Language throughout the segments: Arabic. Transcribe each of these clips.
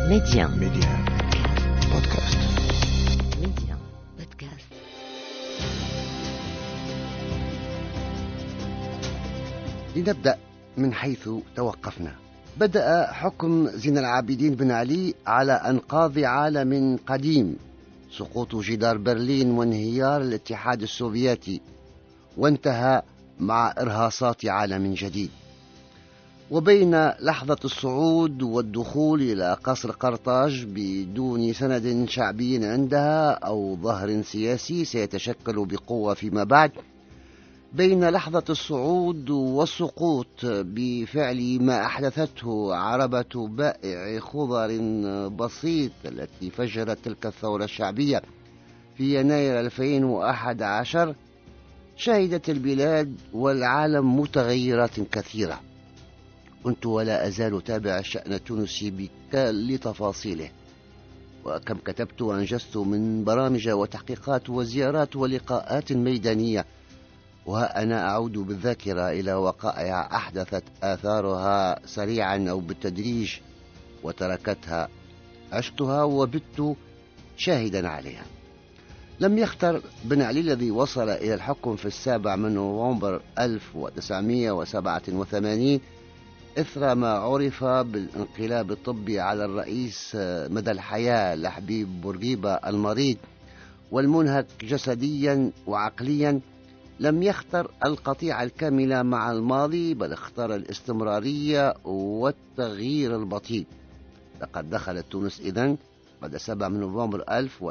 Média بودكاست. Média Podcast. لنبدأ من حيث توقفنا. بدأ حكم زين العابدين بن علي على أنقاض عالم قديم، سقوط جدار برلين وانهيار الاتحاد السوفيتي، وانتهى مع إرهاصات عالم جديد. وبين لحظة الصعود والدخول إلى قصر قرطاج بدون سند شعبي عندها أو ظهر سياسي سيتشكل بقوة فيما بعد، بين لحظة الصعود والسقوط بفعل ما أحدثته عربة بائع خضر بسيط التي فجرت تلك الثورة الشعبية في يناير 2011، شهدت البلاد والعالم متغيرات كثيرة. كنت ولا أزال أتابع الشأن التونسي بكل تفاصيله، وكم كتبت وأنجزت من برامج وتحقيقات وزيارات ولقاءات ميدانية، وأنا أعود بالذاكرة إلى وقائع أحدثت آثارها سريعا أو بالتدريج وتركتها، عشتها وبت شاهدا عليها. لم يختر بن علي الذي وصل إلى الحكم في 7 نوفمبر 1987 إثر ما عرف بالانقلاب الطبي على الرئيس مدى الحياة لحبيب بورقيبة المريض والمنهك جسديا وعقليا، لم يختر القطيعة الكاملة مع الماضي، بل اختار الاستمرارية والتغيير البطيء. لقد دخلت تونس إذن بعد 7 نوفمبر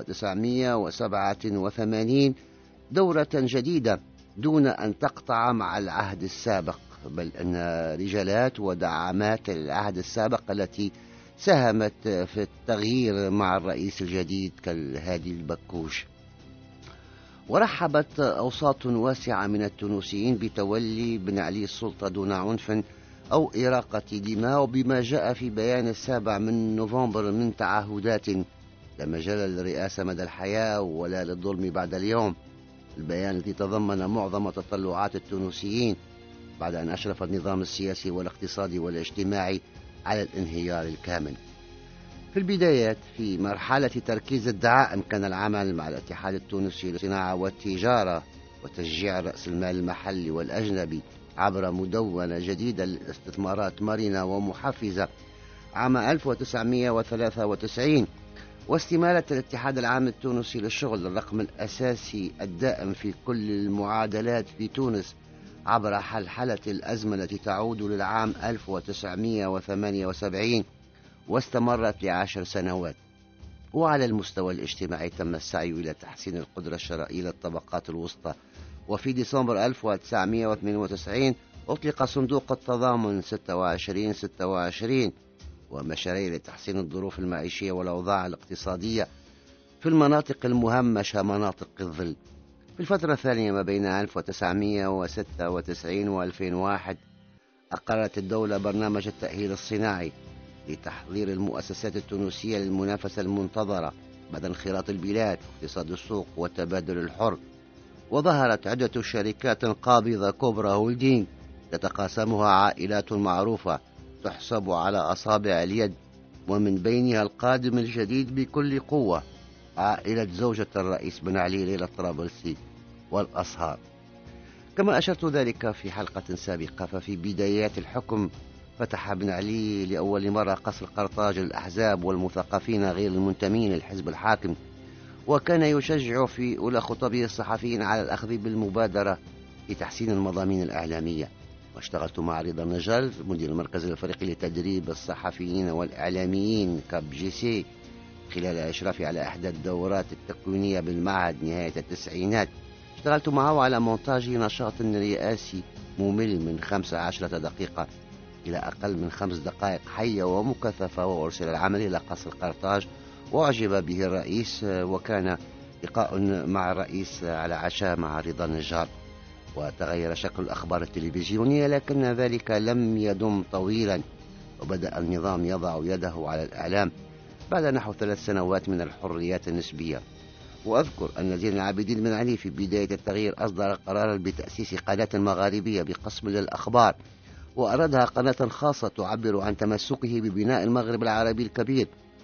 1987 دورة جديدة دون أن تقطع مع العهد السابق، بل أن رجالات ودعامات العهد السابق التي ساهمت في التغيير مع الرئيس الجديد كالهادي البكوش. ورحبت أوساط واسعة من التونسيين بتولي بن علي السلطة دون عنف أو إراقة دماء، وبما جاء في بيان 7 نوفمبر من تعهدات لا مجال للرئاسة مدى الحياة ولا للظلم بعد اليوم. البيان الذي تضمن معظم تطلعات التونسيين بعد أن أشرف النظام السياسي والاقتصادي والاجتماعي على الانهيار الكامل. في البدايات، في مرحلة تركيز الدعائم، كان العمل مع الاتحاد التونسي للصناعة والتجارة وتشجيع رأس المال المحلي والأجنبي عبر مدونة جديدة للاستثمارات مرنة ومحفزة عام 1993، واستمالة الاتحاد العام التونسي للشغل الرقم الأساسي الدائم في كل المعادلات في تونس عبر حلحلة الأزمة التي تعود للعام 1978 واستمرت ل10 سنوات. وعلى المستوى الاجتماعي تم السعي إلى تحسين القدرة الشرائية للطبقات الوسطى، وفي ديسمبر 1992 أطلق صندوق التضامن 26 ومشاريع لتحسين الظروف المعيشية والأوضاع الاقتصادية في المناطق المهمشة مناطق الظل. في الفترة الثانية ما بين 1996 و2001 أقرت الدولة برنامج التأهيل الصناعي لتحضير المؤسسات التونسية للمنافسة المنتظرة بعد انخراط البلاد واقتصاد السوق والتبادل الحر. وظهرت عدة شركات قابضة كبرى هولدينج تتقاسمها عائلات معروفة تحسب على أصابع اليد، ومن بينها القادم الجديد بكل قوة عائلة زوجة الرئيس بن علي ليلى الطرابلسي والأصهار. كما أشرت ذلك في حلقة سابقة، ففي بدايات الحكم فتح بن علي لأول مرة قصر قرطاج للأحزاب والمثقفين غير المنتمين للحزب الحاكم، وكان يشجع في أولى خطبه الصحفيين على الأخذ بالمبادرة لتحسين المضامين الإعلامية. واشتغلت مع رضا النجار مدير المركز الأفريقي لتدريب الصحفيين والإعلاميين كاب-جي-سي خلال إشرافي على إحدى الدورات التكوينية بالمعهد نهاية التسعينات. اشتغلت معه على مونتاج نشاط رئاسي ممل من 15 دقيقة إلى أقل من 5 دقائق حية ومكثفة، وأرسل العمل إلى قصر قرطاج وأعجب به الرئيس، وكان لقاء مع الرئيس على عشاء مع رضا النجار. وتغير شكل الأخبار التلفزيونية، لكن ذلك لم يدم طويلا، وبدأ النظام يضع يده على الإعلام بعد نحو 3 سنوات من الحريات النسبية. وأذكر أن زين العابدين بن علي في بداية التغيير أصدر قرارا بتأسيس قناة مغاربية بقسم للأخبار، وأرادها قناة خاصة تعبر عن تمسكه ببناء المغرب العربي الكبير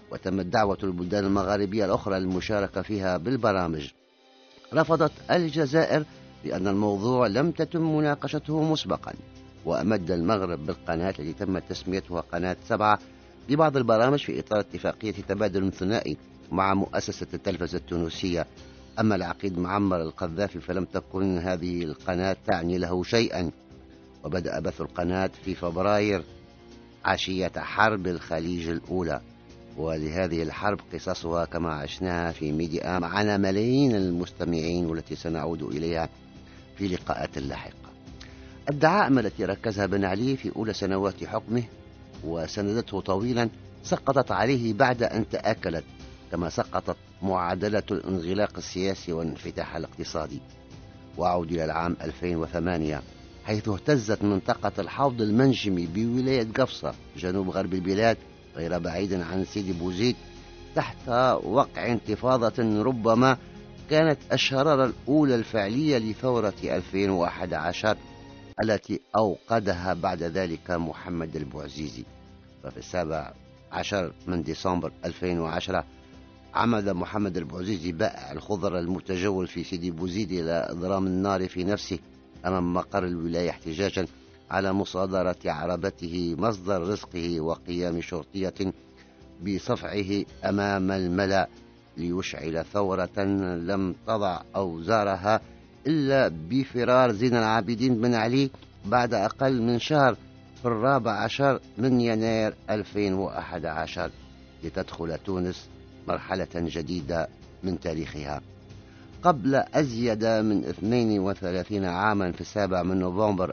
وتمت دعوة البلدان المغاربية الأخرى للمشاركة فيها بالبرامج. رفضت الجزائر لأن الموضوع لم تتم مناقشته مسبقا، وأمد المغرب بالقناة التي تم تسميتها قناة 7 لبعض البرامج في إطار اتفاقية تبادل ثنائي مع مؤسسة التلفزة التونسية. أما العقيد معمر القذافي فلم تكن هذه القناة تعني له شيئا، وبدأ بث القناة في فبراير عشية حرب الخليج الأولى، ولهذه الحرب قصصها كما عشناها في ميديا معنا ملايين المستمعين، والتي سنعود إليها في لقاءات لاحقة. الدعائم التي ركزها بن علي في أولى سنوات حكمه وسندته طويلا سقطت عليه بعد أن تآكلت، كما سقطت معادلة الانغلاق السياسي والانفتاح الاقتصادي. وأعود إلى العام 2008 حيث اهتزت منطقة الحوض المنجمي بولاية قفصة جنوب غرب البلاد غير بعيد عن سيدي بوزيد تحت وقع انتفاضة ربما كانت الشرارة الأولى الفعلية لثورة 2011 التي أوقدها بعد ذلك محمد البوعزيزي. ففي 17 من ديسمبر 2010 عمد محمد البوعزيزي بائع الخضر المتجول في سيدي بوزيد إلى إضرام النار في نفسه أمام مقر الولاية احتجاجا على مصادرة عربته مصدر رزقه، وقيام شرطية بصفعه أمام الملأ ليشعل ثورة لم تضع أوزارها إلا بفرار زين العابدين بن علي بعد أقل من شهر في 14 من يناير 2011 لتدخل تونس مرحلة جديدة من تاريخها. قبل أزيد من 32 عاما في 7 من نوفمبر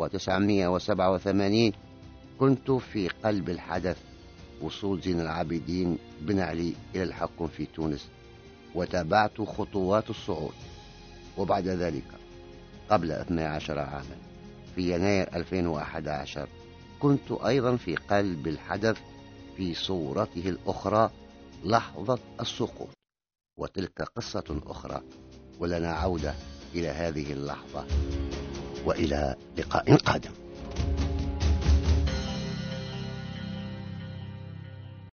1987 كنت في قلب الحدث، وصول زين العابدين بن علي إلى الحكم في تونس، وتابعت خطوات الصعود. وبعد ذلك قبل 12 عاما في يناير 2011 كنت أيضا في قلب الحدث في صورته الأخرى لحظة السقوط، وتلك قصة أخرى، ولنا عودة إلى هذه اللحظة، وإلى لقاء قادم.